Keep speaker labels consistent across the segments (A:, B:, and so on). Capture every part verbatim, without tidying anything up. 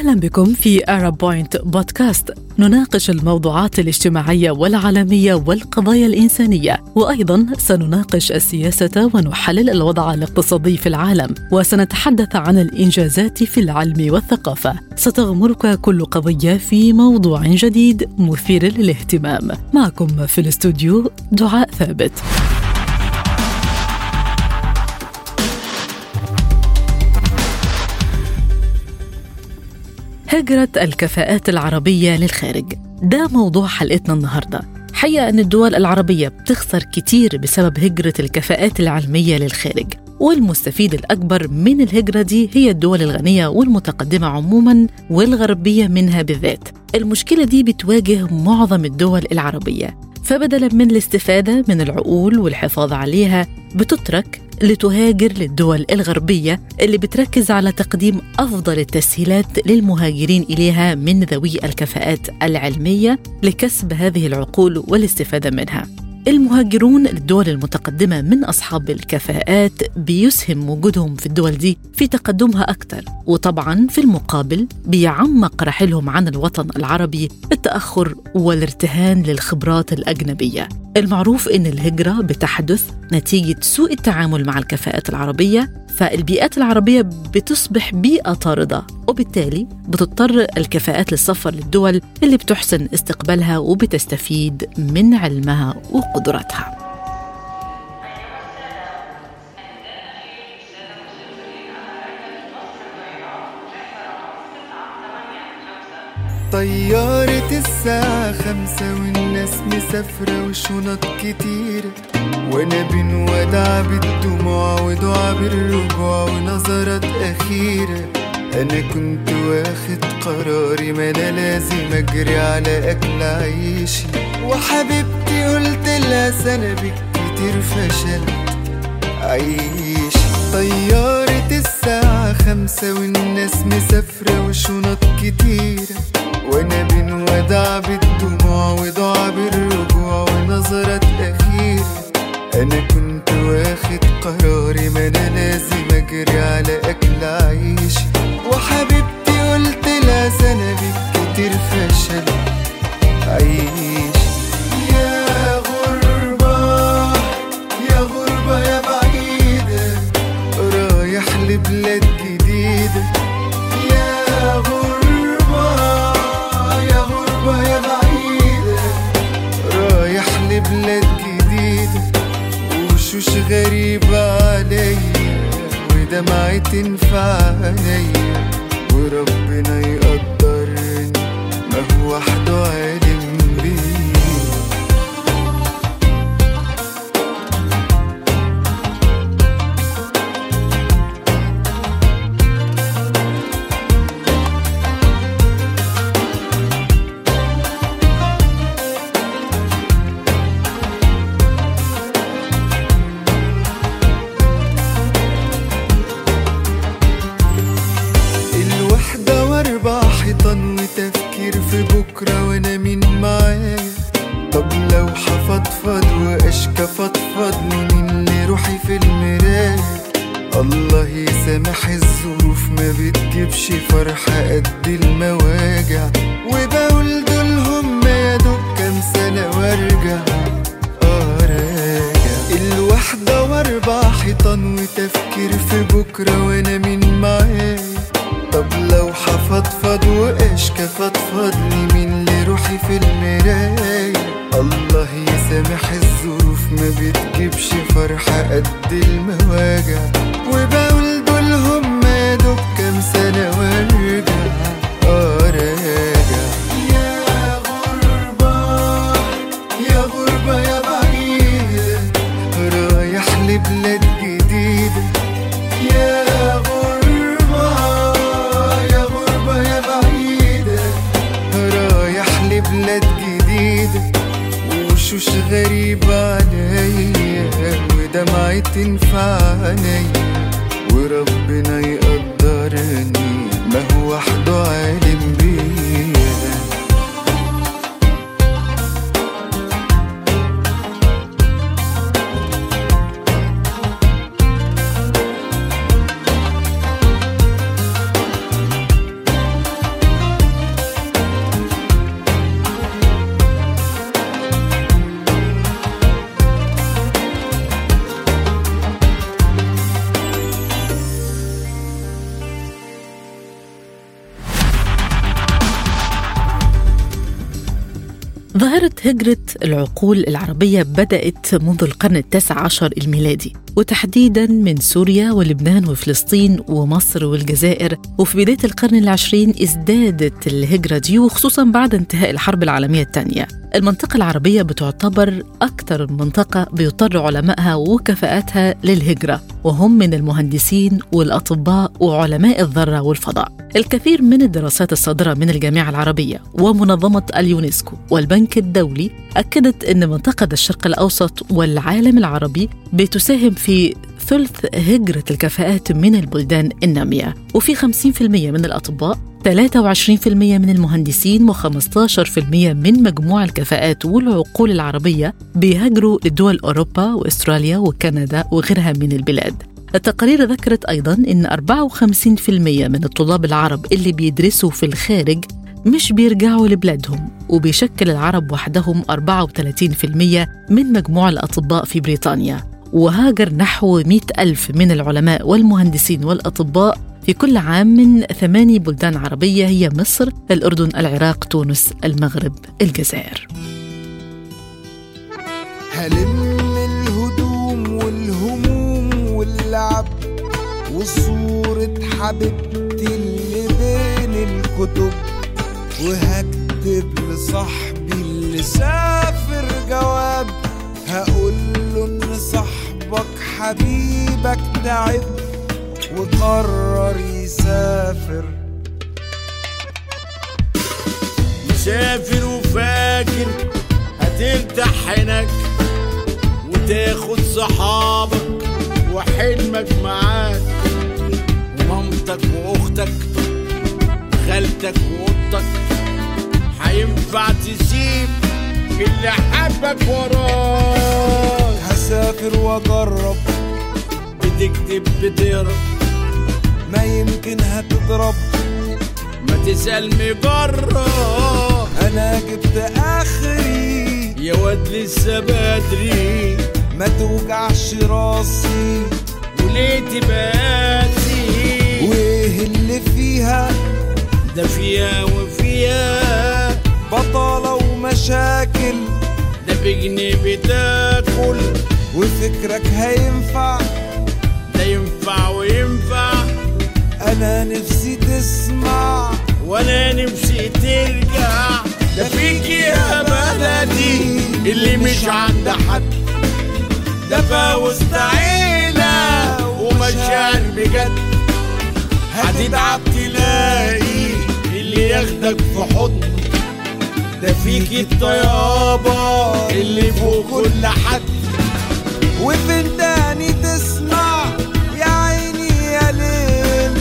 A: أهلا بكم في Arab Point بودكاست، نناقش الموضوعات الاجتماعية والعالمية والقضايا الإنسانية، وأيضا سنناقش السياسة ونحلل الوضع الاقتصادي في العالم، وسنتحدث عن الإنجازات في العلم والثقافة. ستغمرك كل قضية في موضوع جديد مثير للاهتمام. معكم في الاستوديو دعاء ثابت. هجرة الكفاءات العربية للخارج، ده موضوع حلقتنا النهاردة. حقيقة أن الدول العربية بتخسر كتير بسبب هجرة الكفاءات العلمية للخارج، والمستفيد الأكبر من الهجرة دي هي الدول الغنية والمتقدمة عموماً والغربية منها بالذات. المشكلة دي بتواجه معظم الدول العربية، فبدلاً من الاستفادة من العقول والحفاظ عليها بتترك لتهاجر للدول الغربية اللي بتركز على تقديم أفضل التسهيلات للمهاجرين إليها من ذوي الكفاءات العلمية لكسب هذه العقول والاستفادة منها. المهاجرون للدول المتقدمة من أصحاب الكفاءات بيسهم وجودهم في الدول دي في تقدمها أكثر، وطبعاً في المقابل بيعمق رحلهم عن الوطن العربي التأخر والارتهان للخبرات الأجنبية. المعروف إن الهجرة بتحدث نتيجة سوء التعامل مع الكفاءات العربية، فالبيئات العربية بتصبح بيئة طاردة، وبالتالي بتضطر الكفاءات للسفر للدول اللي بتحسن استقبالها وبتستفيد من علمها وقدراتها.
B: طيارة الساعة خمسة والناس مسافرة وشنط كتيرة، وانا بين ودع بالدموع ودعا بالرجوع ونظرات أخيرة. أنا كنت واخد قراري ما أنا لازم أجري على أكل عيشي، وحبيبتي قلت لها سنة بالكتير فشلت عيشي. طيارة الساعة خمسة والناس مسافرة وشنط كتيرة، وانا بين ودع بالدموع ودعا بالرجوع ونظرات أخيرة. أنا كنت واخد قراري ما أنا لازم أجري على أكل عيشي، وحبيبتي قلت لها سنة بالكتير فشل عيش. يا غربة يا غربة يا بعيدة، رايح لبلاد جديدة. يا غربة يا غربة يا بعيدة، رايح لبلاد جديدة. وشوش غريبة عليا ودمعي تنفع عليا، وربنا يقدرني ما هو وحده عالم بيه. وتفكير في بكرة وانا مين معايا. طب لو حفضفض واشكى فضفضني مين اللي روحي في المراية. الله يسامح الظروف ما بتجيبش فرحة قد المواجع، وبقول دول هم يا دوب كام سنة وارجع اه راجع. الوحدة واربع حيطان وتفكير في بكرة وانا مين معايا. طب لو حفضفض واشكى فضفضني مين اللي روحي في المراية. الله يسامح الظروف ما بتجيبش فرحة قد المواجع، وبقول دول هم يا دوب كام سنة وارجع اه راجع. يا غربة يا غربة يا بعيدة، رايح لبلاد جديدة. يا بلاد جديدة وشوش غريبة عليا، ودمعي تنفع عليا، وربنا يقدرني ما هو وحده عالم بيه.
A: ظاهرة هجرة العقول العربية بدأت منذ القرن التاسع عشر الميلادي، وتحديداً من سوريا ولبنان وفلسطين ومصر والجزائر. وفي بداية القرن العشرين ازدادت الهجرة دي، وخصوصاً بعد انتهاء الحرب العالمية الثانية. المنطقة العربية بتعتبر أكثر منطقة بيضطر علمائها وكفاءاتها للهجرة، وهم من المهندسين والأطباء وعلماء الذرة والفضاء. الكثير من الدراسات الصادرة من الجامعة العربية ومنظمة اليونسكو والبنك الدولي أكدت أن منطقة الشرق الأوسط والعالم العربي بتساهم في ثلث هجرة الكفاءات من البلدان النامية، وفي خمسين بالمئة من الأطباء، ثلاثة وعشرين بالمئة من المهندسين، وخمسة عشر بالمئة من مجموع الكفاءات والعقول العربية بيهاجروا لدول أوروبا وأستراليا وكندا وغيرها من البلاد. التقارير ذكرت أيضاً أن أربعة وخمسين بالمئة من الطلاب العرب اللي بيدرسوا في الخارج مش بيرجعوا لبلادهم، وبيشكل العرب وحدهم أربعة وثلاثين بالمئة من مجموع الأطباء في بريطانيا. وهاجر نحو مئة ألف من العلماء والمهندسين والأطباء في كل عام من ثماني بلدان عربية هي مصر، الأردن، العراق، تونس، المغرب، الجزائر.
B: هلم الهدوم والهموم واللعب وصورة حبيبتي اللي بين الكتب، وهكتب لصاحبي اللي سافر جواب، هقول له ان صاحبك حبيبك تعب وقرر يسافر.
C: مسافر وفاكر هترتاح هناك وتاخد صحابك وحلمك معاك، ومامتك واختك وخالتك واختك، هينفع تسيب اللي حبك وراك.
B: هسافر واجرب،
C: بتكتب بتقرب،
B: ما يمكن هتضرب،
C: ما تسأل مجرب.
B: انا جبت اخري
C: يا واد لسه بدري،
B: ما توجعش راسي
C: وليه تباتي،
B: وايه اللي فيها
C: ده فيها وفيها
B: بطالة ومشاكل،
C: ده بجنيه بتاكل
B: وفكرك هينفع،
C: ده ينفع وينفع.
B: انا نفسي تسمع
C: وانا نفسي ترجع، ده فيك يا بلدي اللي مش عند حد، ده فوسط عيلة ومشاعر بجد. هتتعب تلاقي اللي ياخدك في حضن، ده فيك الطيابة اللي فوق كل حد.
B: وفين تاني تسمع يا عيني يا ليل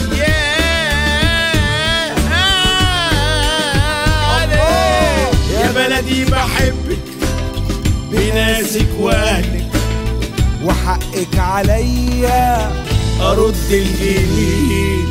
C: يا بلدي بحبك بناسك واهلك،
B: وحقك عليا
C: أرد الجميل.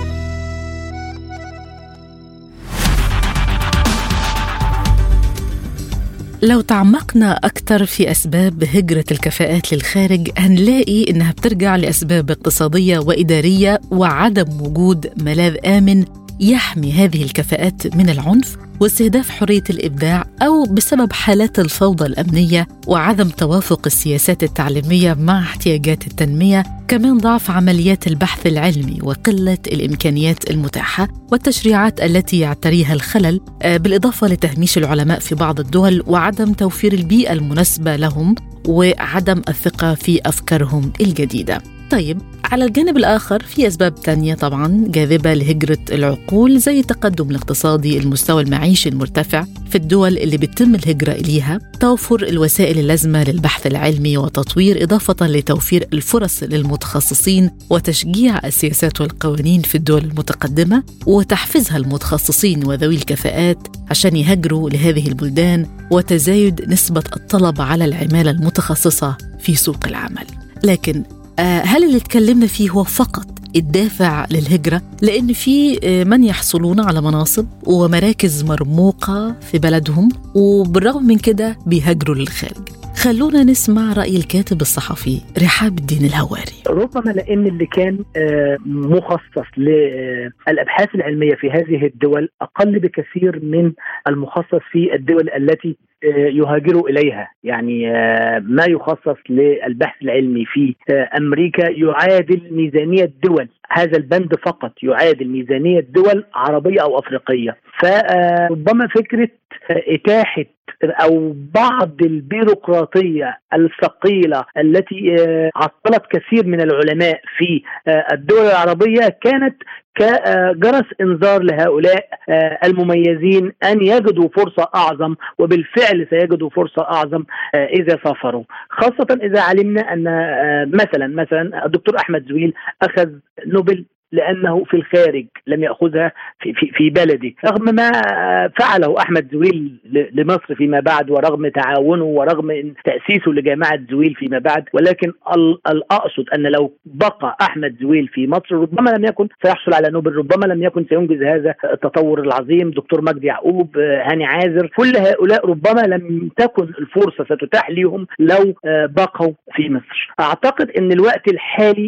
A: لو تعمقنا أكثر في أسباب هجرة الكفاءات للخارج هنلاقي إنها بترجع لأسباب اقتصادية وإدارية وعدم وجود ملاذ آمن يحمي هذه الكفاءات من العنف واستهداف حرية الإبداع، أو بسبب حالات الفوضى الأمنية وعدم توافق السياسات التعليمية مع احتياجات التنمية. كمان ضعف عمليات البحث العلمي وقلة الإمكانيات المتاحة والتشريعات التي يعتريها الخلل، بالإضافة لتهميش العلماء في بعض الدول وعدم توفير البيئة المناسبة لهم وعدم الثقة في أفكارهم الجديدة. طيب، على الجانب الآخر في أسباب تانية طبعاً جاذبة لهجرة العقول، زي التقدم الاقتصادي، المستوى المعيشي المرتفع في الدول اللي بتتم الهجرة إليها، توفر الوسائل اللازمة للبحث العلمي وتطوير، إضافة لتوفير الفرص للمتخصصين وتشجيع السياسات والقوانين في الدول المتقدمة وتحفيزها المتخصصين وذوي الكفاءات عشان يهجروا لهذه البلدان، وتزايد نسبة الطلب على العمالة المتخصصة في سوق العمل. لكن هل اللي تكلمنا فيه هو فقط الدافع للهجرة؟ لأن في من يحصلون على مناصب ومراكز مرموقة في بلدهم وبالرغم من كده بيهاجروا للخارج. خلونا نسمع رأي الكاتب الصحفي رحاب الدين الهواري.
D: ربما لأن اللي كان مخصص للأبحاث العلمية في هذه الدول أقل بكثير من المخصص في الدول التي يهاجروا إليها. يعني ما يخصص للبحث العلمي في أمريكا يعادل ميزانية دول، هذا البند فقط يعادل ميزانية دول عربية أو أفريقية. فربما فكرة إتاحة أو بعض البيروقراطية الثقيلة التي عطلت كثير من العلماء في الدول العربية كانت كجرس إنذار لهؤلاء المميزين أن يجدوا فرصة أعظم، وبالفعل سيجدوا فرصة أعظم إذا سافروا، خاصة إذا علمنا أن مثلا مثلا الدكتور أحمد زويل أخذ نوبل لأنه في الخارج، لم يأخذها في, في, في بلده، رغم ما فعله أحمد زويل لمصر فيما بعد، ورغم تعاونه ورغم تأسيسه لجامعة زويل فيما بعد. ولكن الأقصد أن لو بقى أحمد زويل في مصر ربما لم يكن سيحصل على نوبل، ربما لم يكن سينجز هذا التطور العظيم. دكتور مجدي يعقوب، هاني عازر، كل هؤلاء ربما لم تكن الفرصة ستتاح لهم لو بقوا في مصر. أعتقد أن الوقت الحالي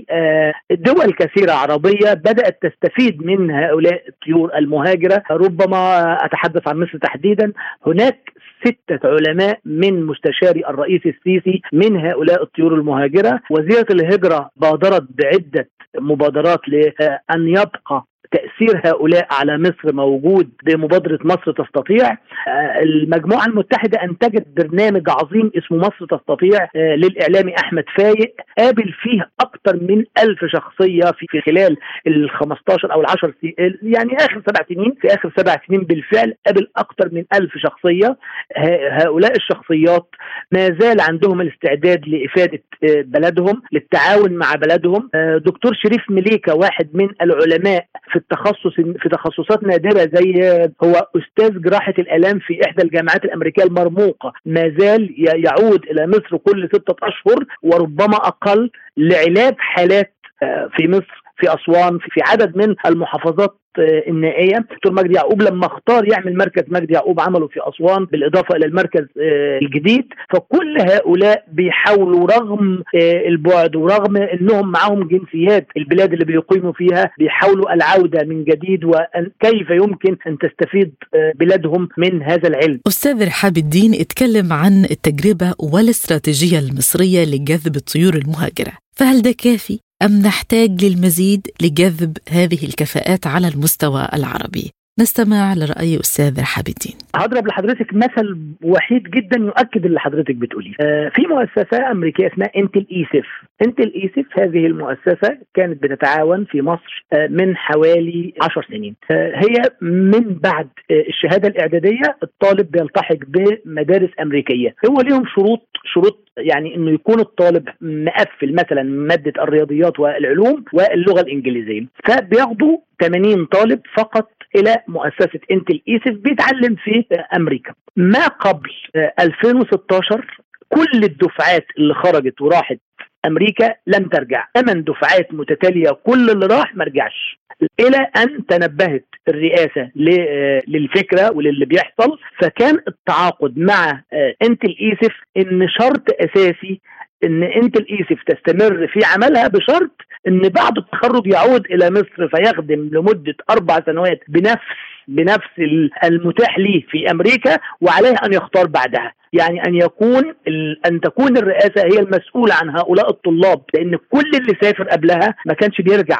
D: دول كثيرة عربية بدأت تستفيد من هؤلاء الطيور المهاجرة. ربما أتحدث عن مصر تحديدا، هناك ستة علماء من مستشاري الرئيس السيسي من هؤلاء الطيور المهاجرة. وزيرة الهجرة بادرت بعدة مبادرات لأن يبقى تأثير هؤلاء على مصر موجود بمبادرة مصر تستطيع. المجموعة المتحدة أنتجت برنامج عظيم اسمه مصر تستطيع للإعلامي أحمد فايق، قابل فيه أكثر من ألف شخصية في خلال ال خمستاشر أو العشر سنين، يعني آخر سبع سنين في آخر سبع سنين بالفعل قابل أكثر من ألف شخصية. هؤلاء الشخصيات ما زال عندهم الاستعداد لإفادة بلدهم، للتعاون مع بلدهم. دكتور شريف مليكة، واحد من العلماء في التخصص في تخصصات نادرة زي هو أستاذ جراحة الآلام في إحدى الجامعات الأمريكية المرموقة، ما زال يعود إلى مصر كل ستة أشهر وربما أقل لعلاج حالات في مصر، في أسوان، في عدد من المحافظات النائية. دكتور مجدي يعقوب لما اختار يعمل مركز مجدي يعقوب عمله في أسوان بالإضافة إلى المركز الجديد. فكل هؤلاء بيحاولوا رغم البعد ورغم أنهم معهم جنسيات البلاد اللي بيقيموا فيها، بيحاولوا العودة من جديد وكيف يمكن أن تستفيد بلادهم من هذا العلم.
A: أستاذ رحاب الدين اتكلم عن التجربة والاستراتيجية المصرية لجذب الطيور المهاجرة، فهل ده كافي أم نحتاج للمزيد لجذب هذه الكفاءات على المستوى العربي؟ نستمع لرأي أستاذ رحاب الدين.
D: هضرب لحضرتك مثل وحيد جدا يؤكد اللي حضرتك بتقوليه. آه في مؤسسة أمريكية اسمها انتل ايسف. انتل ايسف هذه المؤسسة كانت بتتعاون في مصر آه من حوالي عشر سنين. آه هي من بعد آه الشهادة الإعدادية الطالب بيلتحق بمدارس أمريكية، هو ليهم شروط شروط يعني انه يكون الطالب مقفل مثلا مادة الرياضيات والعلوم واللغة الإنجليزية، فبياخدوا ثمانين طالب فقط إلى مؤسسة انتل ايسف بيتعلم في أمريكا. ما قبل ألفين وستة عشر كل الدفعات اللي خرجت وراحت أمريكا لم ترجع، ثمان دفعات متتالية كل اللي راح ما رجعش، إلى أن تنبهت الرئاسة للفكرة وللي بيحصل. فكان التعاقد مع انتل ايسف إن شرط أساسي إن انتل ايسف تستمر في عملها بشرط إن بعد التخرج يعود إلى مصر فيخدم لمدة أربع سنوات بنفس بنفس المتاح ليه في أمريكا، وعليه أن يختار بعدها. يعني أن يكون أن تكون الرئاسة هي المسؤولة عن هؤلاء الطلاب، لأن كل اللي سافر قبلها ما كانش بيرجع.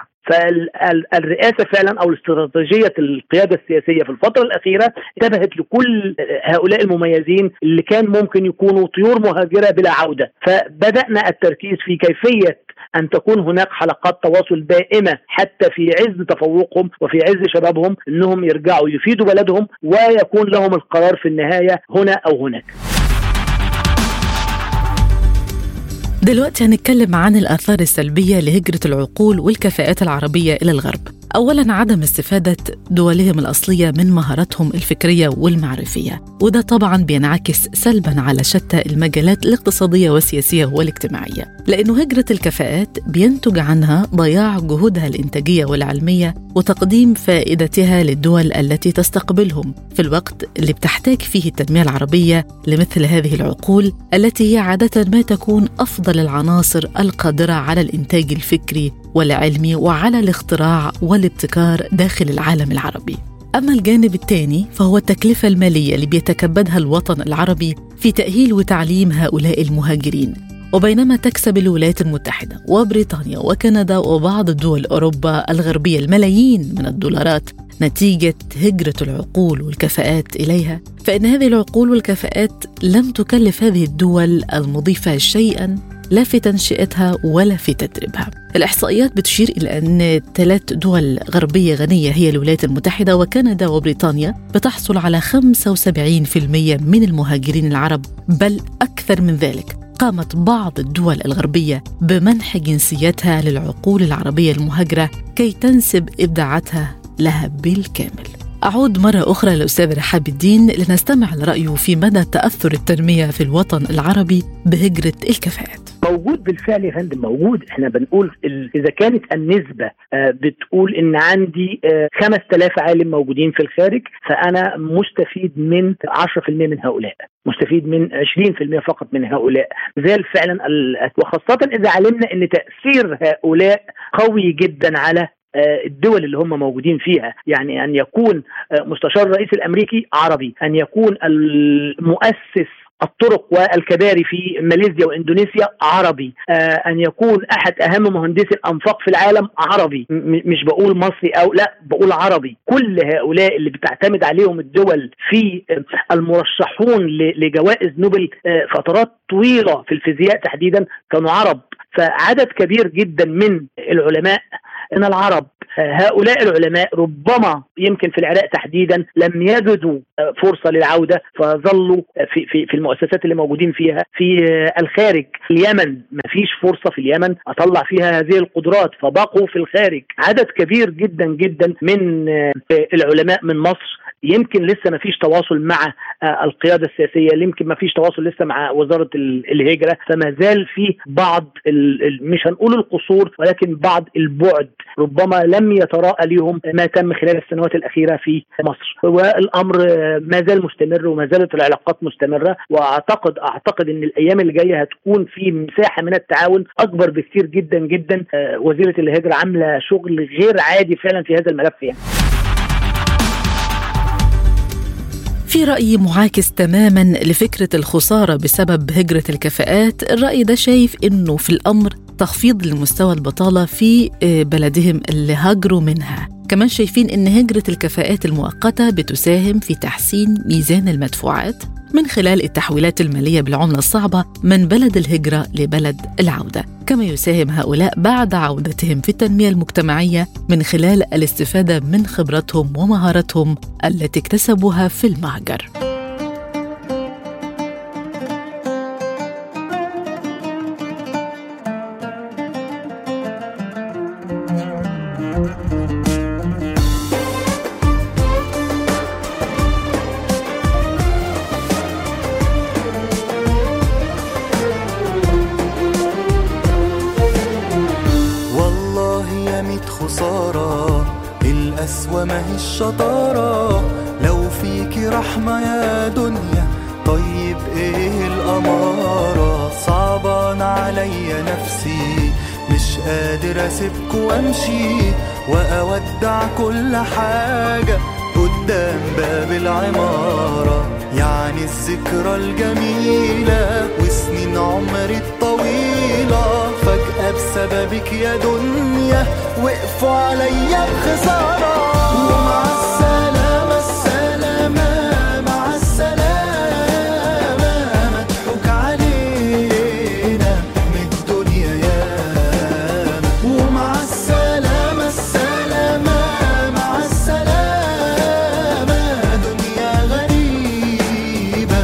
D: فالرئاسة فعلا أو الاستراتيجية القيادة السياسية في الفترة الأخيرة انتبهت لكل هؤلاء المميزين اللي كان ممكن يكونوا طيور مهاجرة بلا عودة. فبدأنا التركيز في كيفية أن تكون هناك حلقات تواصل دائمة حتى في عز تفوقهم وفي عز شبابهم أنهم يرجعوا يفيدوا بلدهم ويكون لهم القرار في النهاية هنا أو هناك.
A: دلوقتي هنتكلم عن الآثار السلبية لهجرة العقول والكفاءات العربية إلى الغرب. أولاً عدم استفادة دولهم الأصلية من مهاراتهم الفكرية والمعرفية، وده طبعاً بينعكس سلباً على شتى المجالات الاقتصادية والسياسية والاجتماعية، لأنه هجرة الكفاءات بينتج عنها ضياع جهودها الإنتاجية والعلمية وتقديم فائدتها للدول التي تستقبلهم في الوقت اللي بتحتاج فيه التنمية العربية لمثل هذه العقول التي هي عادة ما تكون أفضل العناصر القادرة على الإنتاج الفكري والعلمي وعلى الاختراع والابتكار داخل العالم العربي. أما الجانب الثاني فهو التكلفة المالية اللي بيتكبدها الوطن العربي في تأهيل وتعليم هؤلاء المهاجرين. وبينما تكسب الولايات المتحدة وبريطانيا وكندا وبعض دول أوروبا الغربية الملايين من الدولارات نتيجة هجرة العقول والكفاءات إليها، فإن هذه العقول والكفاءات لم تكلف هذه الدول المضيفة شيئاً لا في تنشئتها ولا في تدريبها. الإحصائيات بتشير إلى أن ثلاث دول غربية غنية هي الولايات المتحدة وكندا وبريطانيا بتحصل على خمسة وسبعين بالمئة من المهاجرين العرب، بل أكثر من ذلك. قامت بعض الدول الغربية بمنح جنسيتها للعقول العربية المهاجرة كي تنسب إبداعاتها لها بالكامل. أعود مرة أخرى للأستاذ رحاب الدين لنستمع لرأيه في مدى تأثر التنمية في الوطن العربي بهجرة الكفاءات.
D: موجود بالفعل يا فندم، موجود. احنا بنقول إذا كانت النسبة بتقول إن عندي خمسة آلاف عالم موجودين في الخارج، فأنا مستفيد من عشرة بالمئة من هؤلاء، مستفيد من عشرين بالمئة فقط من هؤلاء. زال فعلا، وخاصة إذا علمنا أن تأثير هؤلاء قوي جدا على الدول اللي هم موجودين فيها. يعني أن يكون مستشار الرئيس الأمريكي عربي، أن يكون المؤسس الطرق والكباري في ماليزيا واندونيسيا عربي، ان يكون احد اهم مهندسي الانفاق في العالم عربي، مش بقول مصري او لا، بقول عربي. كل هؤلاء اللي بتعتمد عليهم الدول في المرشحون لجوائز نوبل فترات طويلة في الفيزياء تحديدا كانوا عرب. فعدد كبير جدا من العلماء ان العرب، هؤلاء العلماء ربما يمكن في العراق تحديدا لم يجدوا فرصة للعودة، فظلوا في في في المؤسسات اللي موجودين فيها. في الخارج، اليمن ما فيش فرصة في اليمن أطلع فيها هذه القدرات، فبقوا في الخارج. عدد كبير جدا جدا من العلماء من مصر يمكن لسه ما فيش تواصل مع القيادة السياسية، يمكن ما فيش تواصل لسه مع وزارة الهجرة، فما زال في بعض مش هنقول القصور ولكن بعض البعد، ربما لم يتراءى لهم ما تم خلال السنوات الأخيرة في مصر. والأمر ما زال مستمر وما زالت العلاقات مستمرة، وأعتقد أعتقد أن الأيام اللي جاية هتكون في مساحة من التعاون أكبر بكثير جدا جدا. وزيرة الهجرة عاملة شغل غير عادي فعلا في هذا الملف يعني.
A: في رأي معاكس تماماً لفكرة الخسارة بسبب هجرة الكفاءات. الرأي ده شايف إنه في الأمر تخفيض لمستوى البطالة في بلدهم اللي هاجروا منها. كمان شايفين إن هجرة الكفاءات المؤقتة بتساهم في تحسين ميزان المدفوعات من خلال التحويلات المالية بالعملة الصعبة من بلد الهجرة لبلد العودة، كما يساهم هؤلاء بعد عودتهم في التنمية المجتمعية من خلال الاستفادة من خبرتهم ومهاراتهم التي اكتسبوها في المهجر.
B: وما هي الشطارة لو فيك رحمة يا دنيا، طيب ايه الأمارة؟ صعبان عليا نفسي، مش قادر اسيبك وامشي واودع كل حاجة قدام باب العمارة. يعني الذكرى الجميلة وسنين عمري الطويلة فجأة بسببك يا دنيا وقفوا عليا بخسارة. ومع السلامة السلامة مع السلامة، مضحوك علينا من الدنيا ياما. ومع السلامة السلامة مع السلامة، دنيا غريبة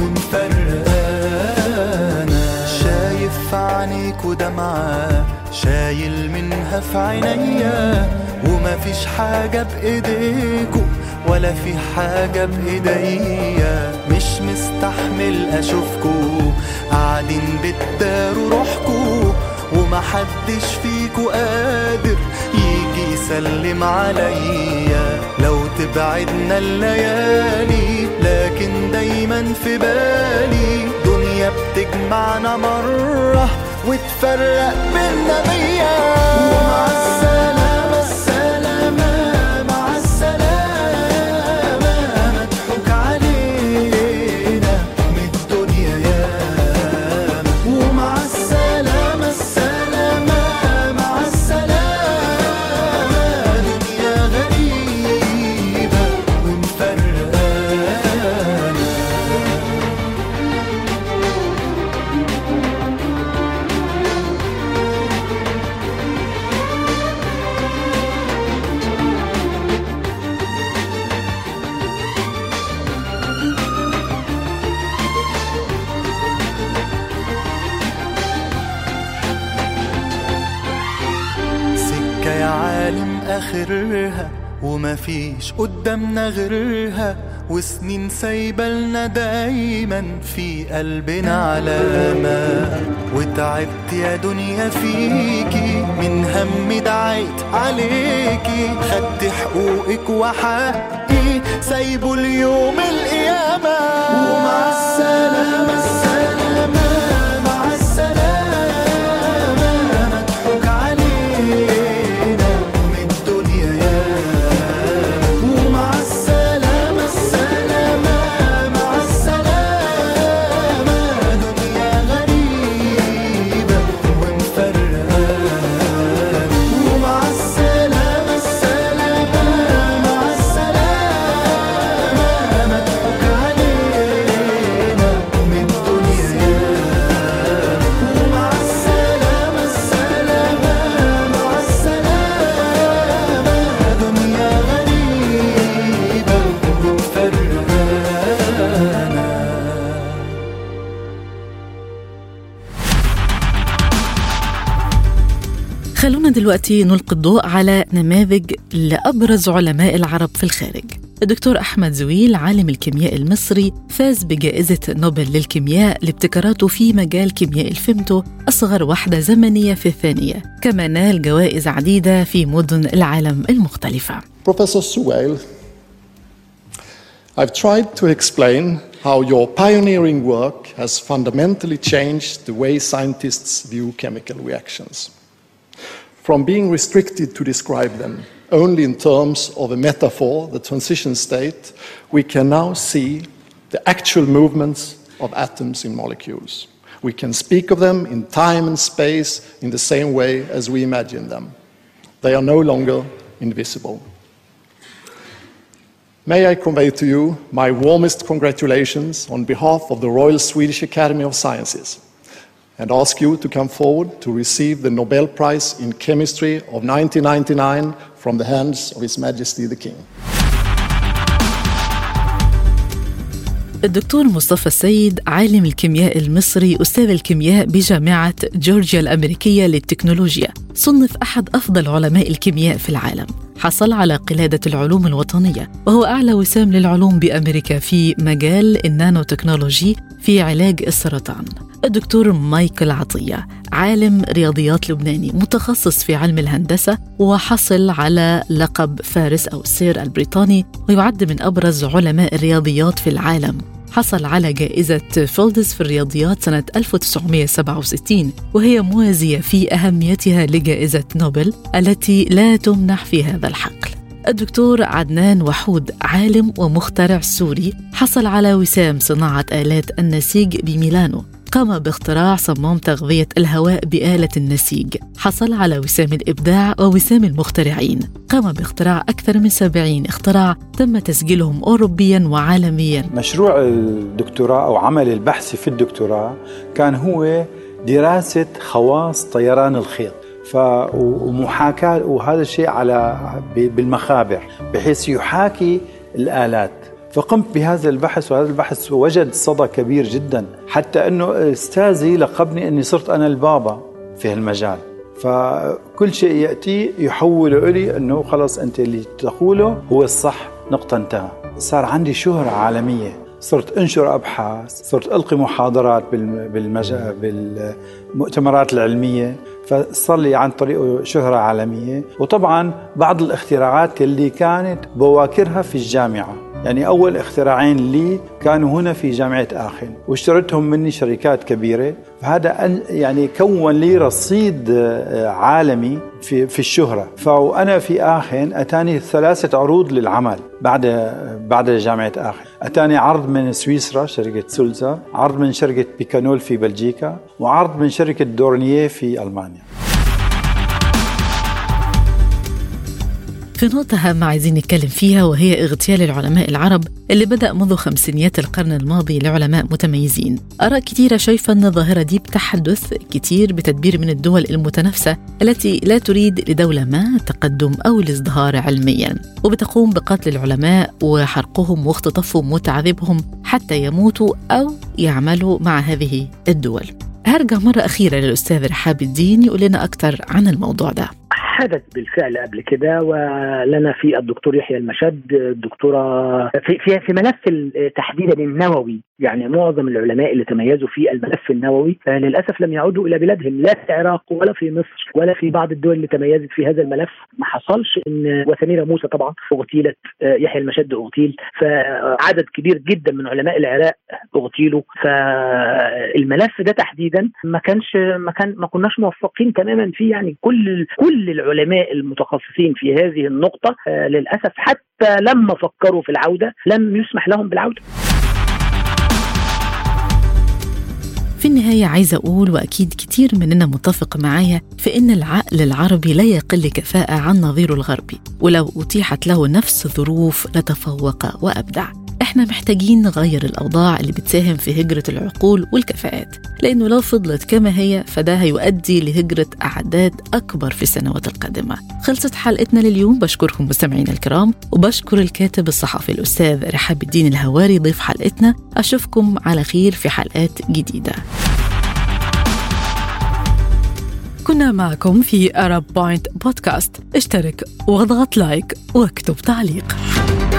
B: ومفرقانا. شايف في عينيك ودمعة شايل منها في عينيا، وما ومفيش حاجة بإيديكو ولا في حاجة بإيديا، مش مستحمل أشوفكو قاعدين بتداروا روحكو، ومحدش فيكو قادر يجي يسلم عليا. لو تبعدنا الليالي لكن دايما في بالي، دنيا بتجمعنا مرة وتفرق بينا مية. ومع السلامة السلامة مع السلامة، مضحوك علينا من الدنيا ياما. ومع السلامة السلامة مع السلامة، دنيا غريبة ومفرقانا. يا عالم آخرها وما فيش قدامنا غيرها، وسنين سايبالنا دايما في قلبنا علامة. وتعبت يا دنيا فيكي من هم دعيت عليكي، خدت حقوقك وحقي سايبه اليوم القيامة. ومع السلامة السلامة مع السلامة، مضحوك علينا من الدنيا ياما. ومع السلامة السلامة مع السلامة، دنيا غريبة ومفرقانا. ومع السلامة السلامة مع السلامة، مضحوك علينا من الدنيا ياما. ومع السلامة السلامة مع السلامة، دنيا غريبة ومفرقانا.
A: خلونا دلوقتي نلقي الضوء على نماذج لأبرز علماء العرب في الخارج. الدكتور أحمد زويل عالم الكيمياء المصري فاز بجائزة نوبل للكيمياء لابتكاراته في مجال كيمياء الفيمتو، أصغر وحدة زمنية في الثانية، كما نال جوائز عديدة في مدن العالم المختلفة.
E: Professor Zuhail, I've tried to explain how your pioneering work has fundamentally changed the way scientists view chemical reactions. From being restricted to describe them only in terms of a metaphor, the transition state, we can now see the actual movements of atoms in molecules. We can speak of them in time and space in the same way as we imagine them. They are no longer invisible. May I convey to you my warmest congratulations on behalf of the Royal Swedish Academy of Sciences, and ask you to come forward to receive the Nobel Prize in Chemistry of nineteen ninety-nine from the hands of His Majesty the King.
A: الدكتور مصطفى السيد عالم الكيمياء المصري، أستاذ الكيمياء بجامعة جورجيا الأمريكية للتكنولوجيا، صنف أحد أفضل علماء الكيمياء في العالم. حصل على قلادة العلوم الوطنية، وهو أعلى وسام للعلوم بأمريكا في مجال النانو تكنولوجي في علاج السرطان. الدكتور مايكل عطية عالم رياضيات لبناني متخصص في علم الهندسة، وحصل على لقب فارس أو السير البريطاني، ويعد من أبرز علماء الرياضيات في العالم. حصل على جائزة فيلدز في الرياضيات سنة ألف وتسعمائة وسبعة وستين، وهي موازية في أهميتها لجائزة نوبل التي لا تمنح في هذا الحقل. الدكتور عدنان وحود عالم ومخترع سوري، حصل على وسام صناعة آلات النسيج بميلانو، قام باختراع صمام تغذية الهواء بآلة النسيج. حصل على وسام الإبداع ووسام المخترعين، قام باختراع أكثر من سبعين اختراع تم تسجيلهم أوروبيا وعالميا.
F: مشروع الدكتوراه أو عمل البحث في الدكتوراه كان هو دراسة خواص طيران الخيط، ومحاكاة وهذا الشيء على بالمخابر بحيث يحاكي الآلات. فقمت بهذا البحث، وهذا البحث وجد صدى كبير جدا، حتى أنه أستاذي لقبني أني صرت أنا البابا في هالمجال. فكل شيء يأتي يحوله إلي أنه خلص أنت اللي تقوله هو الصح، نقطة انتهى. صار عندي شهرة عالمية، صرت أنشر أبحاث، صرت ألقي محاضرات بالمج... بالمؤتمرات العلمية، فصار لي عن طريقه شهرة عالمية. وطبعا بعض الاختراعات اللي كانت بواكرها في الجامعة، يعني أول اختراعين لي كانوا هنا في جامعة آخن واشتريتهم مني شركات كبيرة، فهذا يعني كون لي رصيد عالمي في في الشهرة. فأنا في آخن أتاني ثلاثة عروض للعمل بعد بعد جامعة آخن. أتاني عرض من سويسرا شركة سولزر، عرض من شركة بيكانول في بلجيكا، وعرض من شركة دورنييه في ألمانيا.
A: في نقطة هامة عايزين نتكلم فيها، وهي اغتيال العلماء العرب اللي بدأ منذ خمسينيات القرن الماضي لعلماء متميزين. آراء كتيرة شايفة أن الظاهرة دي بتحدث كتير بتدبير من الدول المتنافسة التي لا تريد لدولة ما تقدم أو الازدهار علميا، وبتقوم بقتل العلماء وحرقهم واختطافهم وتعذيبهم حتى يموتوا أو يعملوا مع هذه الدول. هرجع مرة أخيرة للأستاذ رحاب الدين يقول لنا أكتر عن الموضوع ده.
D: حدث بالفعل قبل كده، ولنا في الدكتور يحيى المشد الدكتورة في في في ملف تحديدا النووي. يعني معظم العلماء اللي تميزوا في الملف النووي للاسف لم يعودوا الى بلادهم، لا في العراق ولا في مصر ولا في بعض الدول اللي تميزت في هذا الملف. ما حصلش ان وسميرة موسى طبعا اغتيلت، يحيى المشد اغتيل، فعدد كبير جدا من علماء العراق اغتيلوا. فالملف ده تحديدا ما كانش ما كان ما كناش موفقين تماما فيه. يعني كل كل العلماء المتخصصين في هذه النقطة للأسف حتى لما فكروا في العودة لم يسمح لهم بالعودة.
A: في النهاية عايزة أقول، وأكيد كتير مننا متفق معايا، في إن العقل العربي لا يقل كفاءة عن نظيره الغربي، ولو أتيحت له نفس الظروف لتفوق وأبدع. إحنا محتاجين نغير الأوضاع اللي بتساهم في هجرة العقول والكفاءات، لأنه لو فضلت كما هي فده هيؤدي لهجرة أعداد أكبر في السنوات القادمة. خلصت حلقتنا لليوم، بشكركم مستمعينا الكرام، وبشكر الكاتب الصحفي الأستاذ رحاب الدين الهواري ضيف حلقتنا. أشوفكم على خير في حلقات جديدة. كنا معكم في Arab Point بودكاست. اشترك واضغط لايك واكتب تعليق.